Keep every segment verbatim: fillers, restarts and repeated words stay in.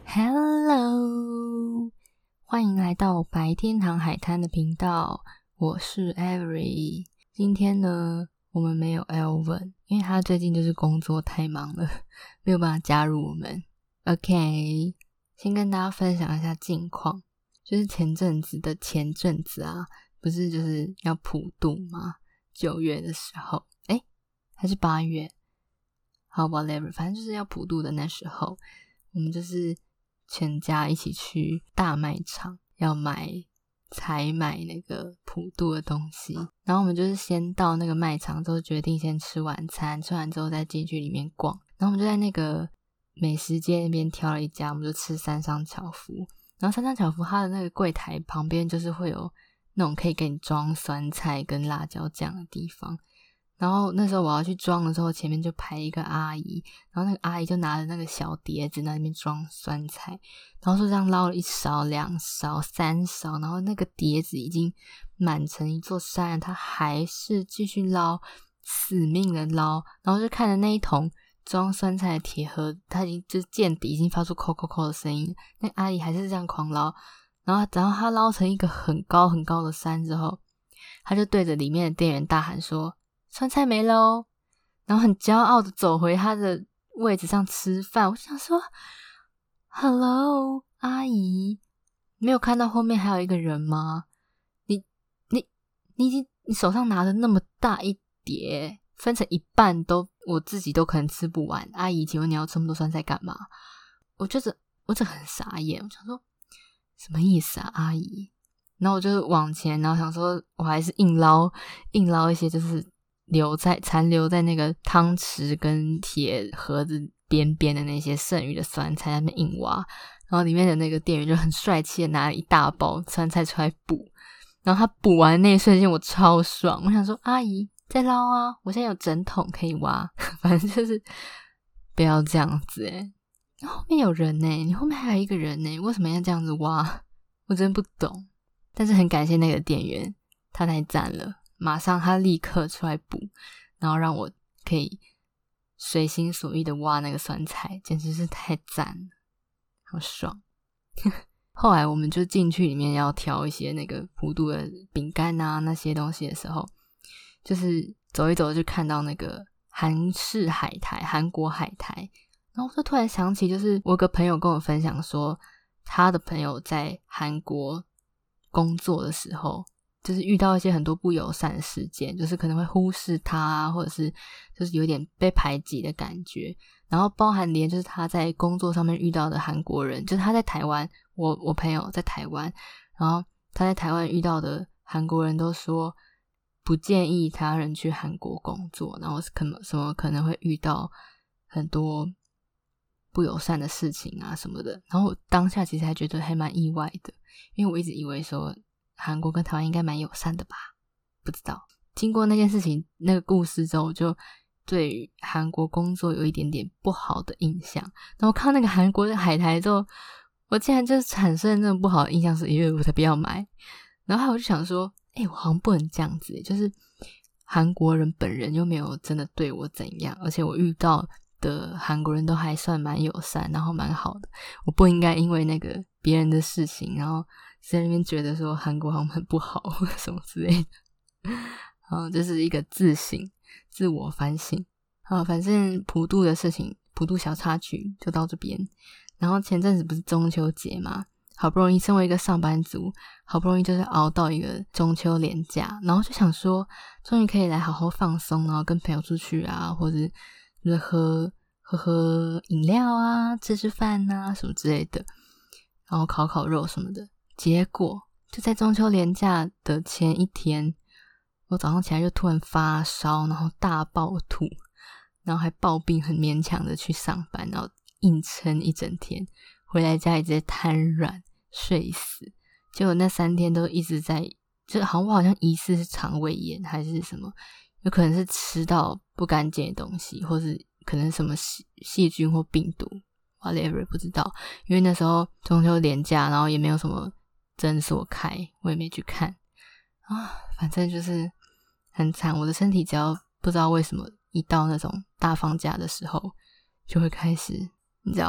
Hello， 欢迎来到白天堂海滩的频道，我是 Avery。今天呢，我们没有 Elvin， 因为他最近就是工作太忙了，没有办法加入我们。OK， 先跟大家分享一下近况，就是前阵子的前阵子啊，不是就是要普渡吗？九月的时候，诶还是八月？好 whatever， 反正就是要普渡的那时候，我们就是全家一起去大卖场要买采买那个普渡的东西，然后我们就是先到那个卖场之后决定先吃晚餐，吃完之后再进去里面逛，然后我们就在那个美食街那边挑了一家，我们就吃三商巧福，然后三商巧福它的那个柜台旁边就是会有那种可以给你装酸菜跟辣椒酱的地方，然后那时候我要去装的时候，前面就排一个阿姨，然后那个阿姨就拿着那个小碟子在那边装酸菜，然后就这样捞了一勺、两勺、三勺，然后那个碟子已经满成一座山，她还是继续捞，死命的捞，然后就看着那一桶装酸菜的铁盒，它已经就是见底，已经发出扣扣扣的声音，那阿姨还是这样狂捞，然后然后她捞成一个很高很高的山之后，她就对着里面的店员大喊说酸菜没了哦，然后很骄傲的走回他的位置上吃饭。我想说 Hello 阿姨，没有看到后面还有一个人吗？你你你已经你手上拿着那么大一碟，分成一半都我自己都可能吃不完，阿姨请问你要这么多酸菜干嘛？我觉得我这很傻眼，我想说什么意思啊阿姨？然后我就往前，然后想说我还是硬捞硬捞一些就是留在残留在那个汤匙跟铁盒子边边的那些剩余的酸菜在那边硬挖，然后里面的那个店员就很帅气的拿了一大包酸菜出来补，然后他补完那一瞬间我超爽，我想说阿姨再捞啊，我现在有整桶可以挖，反正就是不要这样子诶、欸、后面有人欸，你后面还有一个人欸，为什么要这样子挖？我真不懂，但是很感谢那个店员，他太赞了，马上他立刻出来补，然后让我可以随心所欲的挖那个酸菜，简直是太赞了，好爽。后来我们就进去里面要挑一些那个普渡的饼干啊那些东西的时候，就是走一走就看到那个韩式海苔，韩国海苔，然后我就突然想起，就是我有个朋友跟我分享说，他的朋友在韩国工作的时候就是遇到一些很多不友善的事件，就是可能会忽视他啊，或者是就是有点被排挤的感觉，然后包含连就是他在工作上面遇到的韩国人，就是他在台湾，我我朋友在台湾，然后他在台湾遇到的韩国人都说不建议他人去韩国工作，然后可能什么可能会遇到很多不友善的事情啊什么的，然后我当下其实还觉得还蛮意外的，因为我一直以为说韩国跟台湾应该蛮友善的吧，不知道。经过那件事情那个故事之后，我就对于韩国工作有一点点不好的印象，然后看到那个韩国的海苔之后，我竟然就产生那种不好的印象，是因为我才不要买。然后我就想说诶、欸、我好像不能这样子，就是韩国人本人又没有真的对我怎样，而且我遇到的韩国人都还算蛮友善，然后蛮好的，我不应该因为那个别人的事情然后在那边觉得说韩国好像很不好什么之类的，好，这是一个自省自我反省。好，反正普渡的事情，普渡小插曲就到这边。然后前阵子不是中秋节嘛，好不容易身为一个上班族，好不容易就是熬到一个中秋连假，然后就想说终于可以来好好放松，然后跟朋友出去啊，或者就是喝喝喝饮料啊，吃吃饭啊什么之类的，然后烤烤肉什么的。结果就在中秋连假的前一天，我早上起来就突然发烧，然后大爆吐，然后还暴病，很勉强的去上班，然后硬撑一整天，回来家里直接瘫软睡死。结果那三天都一直在，就好像我好像疑似是肠胃炎还是什么，有可能是吃到不干净的东西，或是可能什么细细菌或病毒 whatever 不知道，因为那时候中秋连假，然后也没有什么诊所开，我也没去看啊，反正就是很惨。我的身体只要不知道为什么一到那种大放假的时候就会开始你知道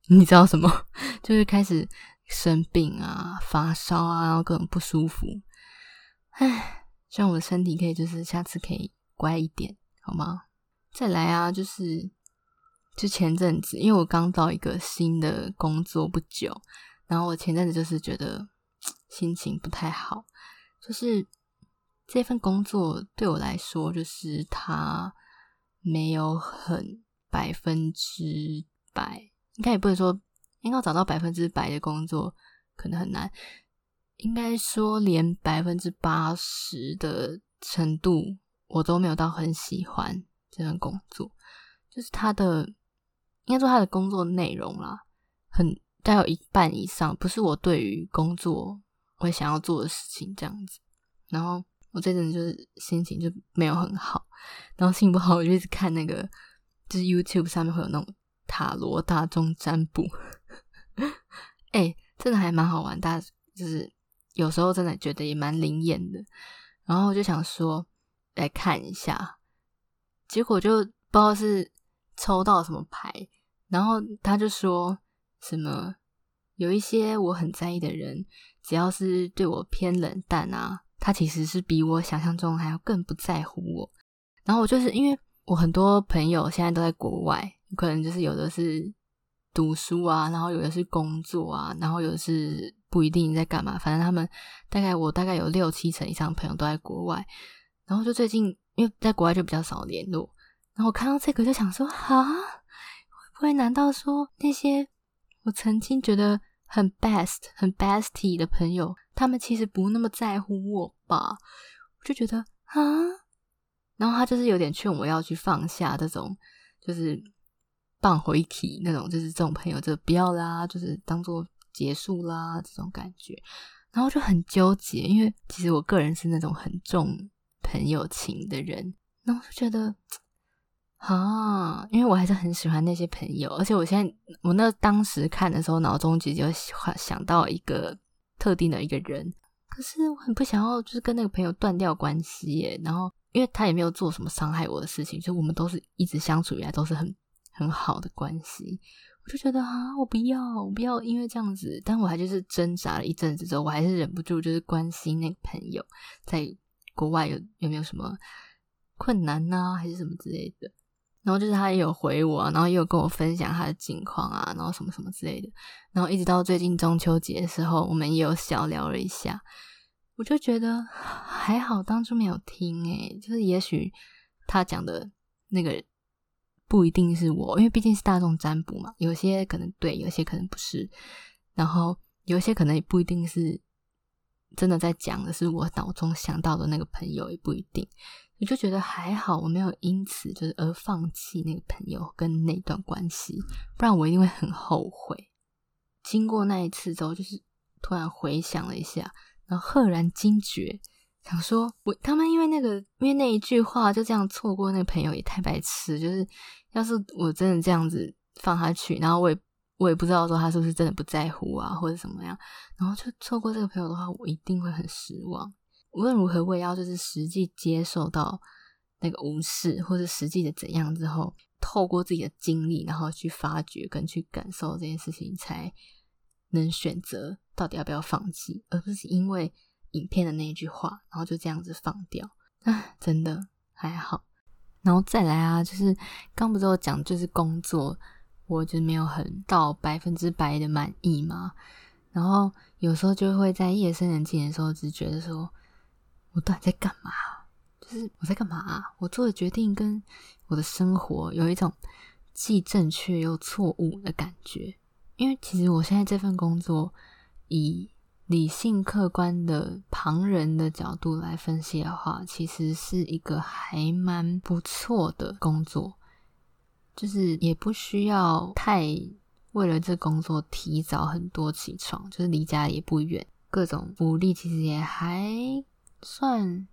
你知道什么？就是开始生病啊，发烧啊，然后各种不舒服。唉，希望我的身体可以就是下次可以乖一点，好吗？再来啊，就是就前阵子，因为我刚到一个新的工作不久，然后我前阵子就是觉得心情不太好，就是这份工作对我来说，就是它没有很百分之百，应该也不能说，应该要找到百分之百的工作可能很难，应该说连百分之八十的程度我都没有到很喜欢这份工作，就是它的应该说它的工作内容啦，很大概有一半以上不是我对于工作会想要做的事情这样子，然后我这阵就是心情就没有很好，然后心情不好我就一直看那个就是 YouTube 上面会有那种塔罗大众占卜诶、欸、真的还蛮好玩，大家就是有时候真的觉得也蛮灵验的，然后我就想说来看一下，结果就不知道是抽到什么牌，然后他就说什么有一些我很在意的人，只要是对我偏冷淡啊，他其实是比我想象中还要更不在乎我。然后我就是因为我很多朋友现在都在国外，可能就是有的是读书啊，然后有的是工作啊，然后有的是不一定在干嘛，反正他们大概我大概有六七成以上的朋友都在国外，然后就最近因为在国外就比较少联络，然后我看到这个就想说哈，会不会难道说那些我曾经觉得很 best 很 bestie 的朋友，他们其实不那么在乎我吧？我就觉得啊，然后他就是有点劝我要去放下这种就是放回去那种，就是这种朋友就不要啦，就是当做结束啦这种感觉，然后就很纠结，因为其实我个人是那种很重朋友情的人，然后就觉得啊，因为我还是很喜欢那些朋友，而且我现在我那当时看的时候脑中其实就想到一个特定的一个人，可是我很不想要就是跟那个朋友断掉关系耶，然后因为他也没有做什么伤害我的事情，就我们都是一直相处以来都是很很好的关系，我就觉得啊，我不要我不要因为这样子，但我还就是挣扎了一阵子之后，我还是忍不住就是关心那个朋友在国外有有没有什么困难啊还是什么之类的，然后就是他也有回我啊，然后也有跟我分享他的近况啊，然后什么什么之类的，然后一直到最近中秋节的时候我们也有小聊了一下，我就觉得还好当初没有听诶，就是也许他讲的那个不一定是我，因为毕竟是大众占卜嘛，有些可能对，有些可能不是，然后有些可能也不一定是真的在讲的是我脑中想到的那个朋友，也不一定，我就觉得还好我没有因此就是而放弃那个朋友跟那段关系，不然我一定会很后悔。经过那一次之后，就是突然回想了一下，然后赫然惊觉，想说我他们因为那个因为那一句话就这样错过那个朋友也太白痴，就是要是我真的这样子放他去，然后我也我也不知道说他是不是真的不在乎啊或者怎么样，然后就错过这个朋友的话，我一定会很失望。无论如何我也要就是实际接受到那个无视或者实际的怎样之后，透过自己的经历然后去发掘跟去感受这件事情，才能选择到底要不要放弃，而不是因为影片的那一句话然后就这样子放掉。唉，真的还好。然后再来啊，就是刚不是有讲就是工作我就没有很到百分之百的满意嘛，然后有时候就会在夜深人静的时候只觉得说我到底在干嘛，就是我在干嘛啊？我做的决定跟我的生活有一种既正确又错误的感觉。因为其实我现在这份工作以理性客观的旁人的角度来分析的话，其实是一个还蛮不错的工作，就是也不需要太为了这工作提早很多起床，就是离家也不远，各种福利其实也还算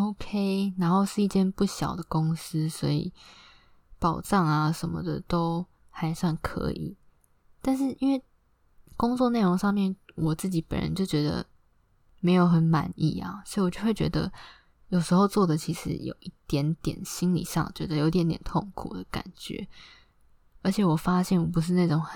OK， 然后是一间不小的公司，所以保障啊什么的都还算可以。但是因为工作内容上面我自己本人就觉得没有很满意啊，所以我就会觉得有时候做的其实有一点点心理上觉得有一点点痛苦的感觉。而且我发现我不是那种很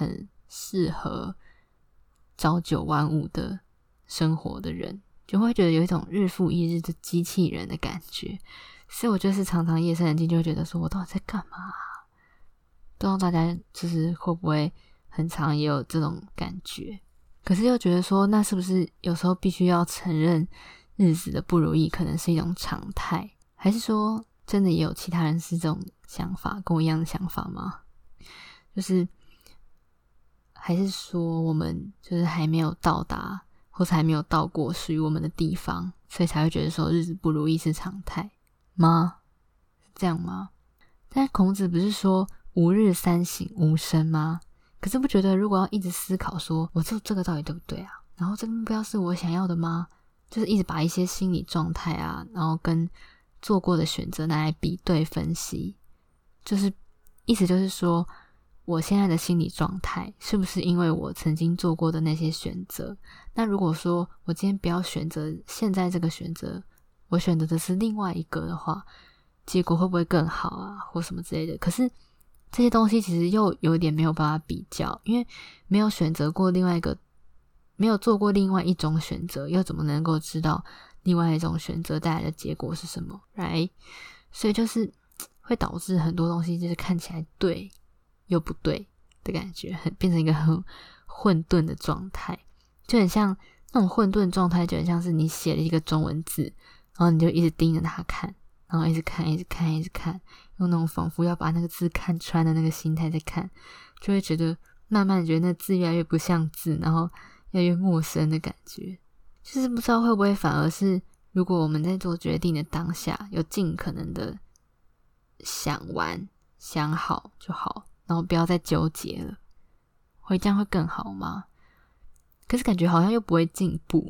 适合朝九晚五的生活的人，就会觉得有一种日复一日的机器人的感觉。所以我就是常常夜深人静就会觉得说我到底在干嘛啊？不知道大家就是会不会很常也有这种感觉，可是又觉得说那是不是有时候必须要承认日子的不如意可能是一种常态，还是说真的也有其他人是这种想法，跟我一样的想法吗？就是还是说我们就是还没有到达，或是还没有到过属于我们的地方，所以才会觉得说日子不如意是常态吗？是这样吗？但孔子不是说吾日三省吾身吗？可是不觉得如果要一直思考说我做这个到底对不对啊，然后这个目标是我想要的吗？就是一直把一些心理状态啊，然后跟做过的选择拿来比对分析，就是意思就是说我现在的心理状态是不是因为我曾经做过的那些选择，那如果说我今天不要选择现在这个选择，我选择的是另外一个的话，结果会不会更好啊，或什么之类的。可是这些东西其实又有点没有办法比较，因为没有选择过另外一个，没有做过另外一种选择，又怎么能够知道另外一种选择带来的结果是什么 right？ 所以就是会导致很多东西就是看起来对又不对的感觉，很变成一个很混沌的状态，就很像那种混沌状态，就很像是你写了一个中文字，然后你就一直盯着它看，然后一直看一直看一直看，用那种仿佛要把那个字看穿的那个心态在看，就会觉得慢慢觉得那字越来越不像字，然后越来越陌生的感觉。就是不知道会不会反而是如果我们在做决定的当下有尽可能的想完想好就好，然后不要再纠结了，会这样会更好吗？可是感觉好像又不会进步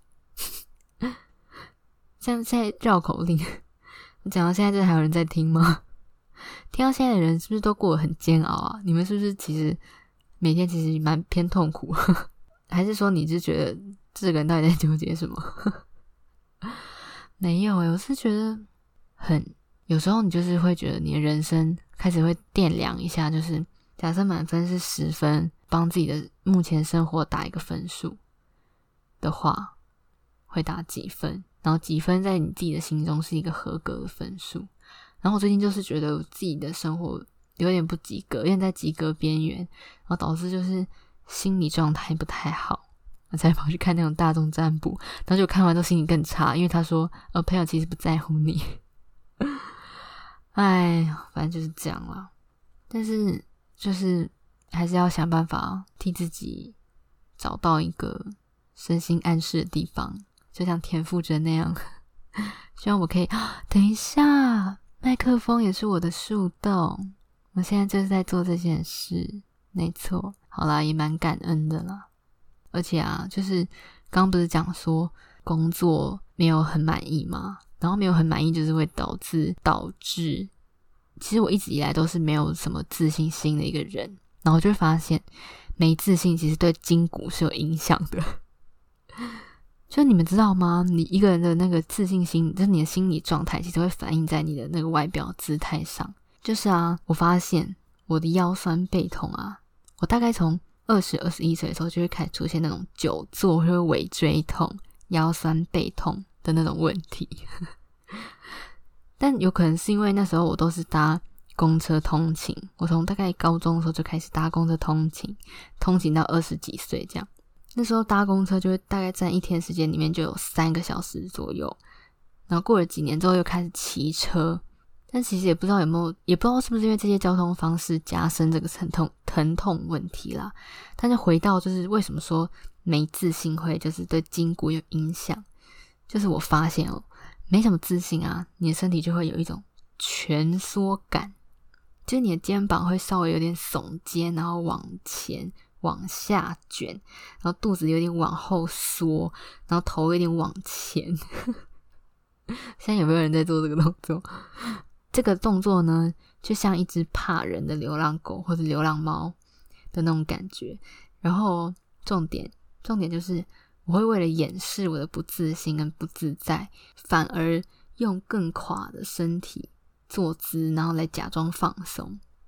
像现在绕口令我讲到现在真的还有人在听吗？听到现在的人是不是都过得很煎熬啊？你们是不是其实每天其实蛮偏痛苦还是说你是觉得这个人到底在纠结什么没有欸，我是觉得很有时候你就是会觉得你的人生开始会掂量一下，就是假设满分是十分，帮自己的目前生活打一个分数的话，会打几分，然后几分在你自己的心中是一个合格的分数。然后我最近就是觉得我自己的生活有点不及格，有点在及格边缘，然后导致就是心理状态不太好，我才跑去看那种大众占卜，然后就看完之后心情更差，因为他说呃，朋友其实不在乎你哎，反正就是这样啦。但是就是还是要想办法替自己找到一个身心安适的地方，就像田馥甄那样希望我可以等一下，麦克风也是我的树洞，我现在就是在做这件事，没错。好啦，也蛮感恩的啦。而且啊，就是刚刚不是讲说工作没有很满意吗？然后没有很满意就是会导致导致其实我一直以来都是没有什么自信心的一个人，然后就会发现没自信其实对筋骨是有影响的就你们知道吗？你一个人的那个自信心，就是你的心理状态其实会反映在你的那个外表姿态上。就是啊，我发现我的腰酸背痛啊，我大概从二十、二十一岁的时候就会开始出现那种久坐或者尾椎痛、腰酸背痛的那种问题但有可能是因为那时候我都是搭公车通勤，我从大概高中的时候就开始搭公车通勤，通勤到二十几岁这样。那时候搭公车就会大概占一天时间里面就有三个小时左右，然后过了几年之后又开始骑车，但其实也不知道有没有，也不知道是不是因为这些交通方式加深这个疼痛疼痛问题啦。但是回到就是为什么说没自信会就是对筋骨有影响，就是我发现哦，没什么自信啊，你的身体就会有一种蜷缩感，就是你的肩膀会稍微有点耸肩，然后往前往下卷，然后肚子有点往后缩，然后头有点往前现在有没有人在做这个动作？这个动作呢就像一只怕人的流浪狗或者流浪猫的那种感觉。然后重点重点就是我会为了掩饰我的不自信跟不自在，反而用更垮的身体坐姿，然后来假装放松。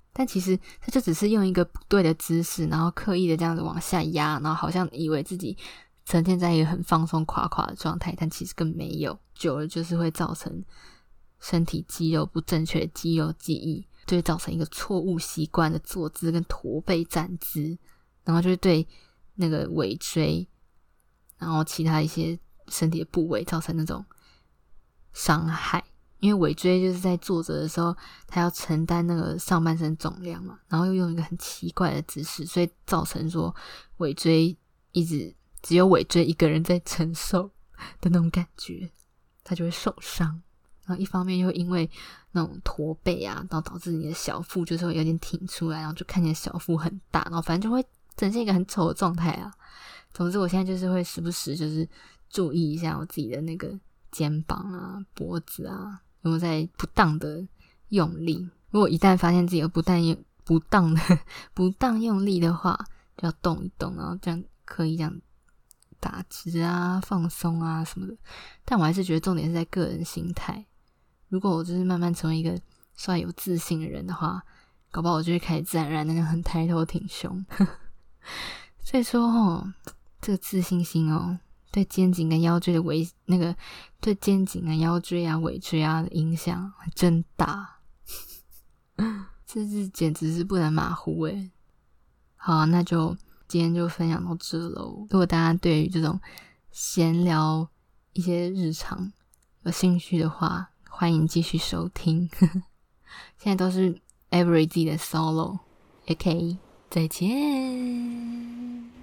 但其实他就只是用一个不对的姿势，然后刻意的这样子往下压，然后好像以为自己呈现在一个很放松垮垮的状态，但其实根本没有。久了就是会造成身体肌肉不正确的肌肉记忆，就会造成一个错误习惯的坐姿跟驼背站姿，然后就会对那个尾椎然后其他一些身体的部位造成那种伤害。因为尾椎就是在坐着的时候它要承担那个上半身重量嘛，然后又用一个很奇怪的姿势，所以造成说尾椎一直只有尾椎一个人在承受的那种感觉，它就会受伤。然后一方面又因为那种驼背啊，然后导致你的小腹就是会有点挺出来，然后就看起来小腹很大，然后反正就会呈现一个很丑的状态啊。总之我现在就是会时不时就是注意一下我自己的那个肩膀啊脖子啊有没有在不当的用力，如果一旦发现自己有不当不当的不当用力的话，就要动一动，然后这样可以这样打直啊放松啊什么的。但我还是觉得重点是在个人心态，如果我就是慢慢成为一个稍微有自信的人的话，搞不好我就会开始自然而然的很抬头挺胸所以说齁，这个自信心哦对肩颈跟腰椎的尾那个对肩颈啊腰椎啊尾椎啊的影响真大这是简直是不能马虎诶。好啊，那就今天就分享到这咯。如果大家对于这种闲聊一些日常有兴趣的话，欢迎继续收听现在都是 Avery 自己的 solo。 OK， 再见。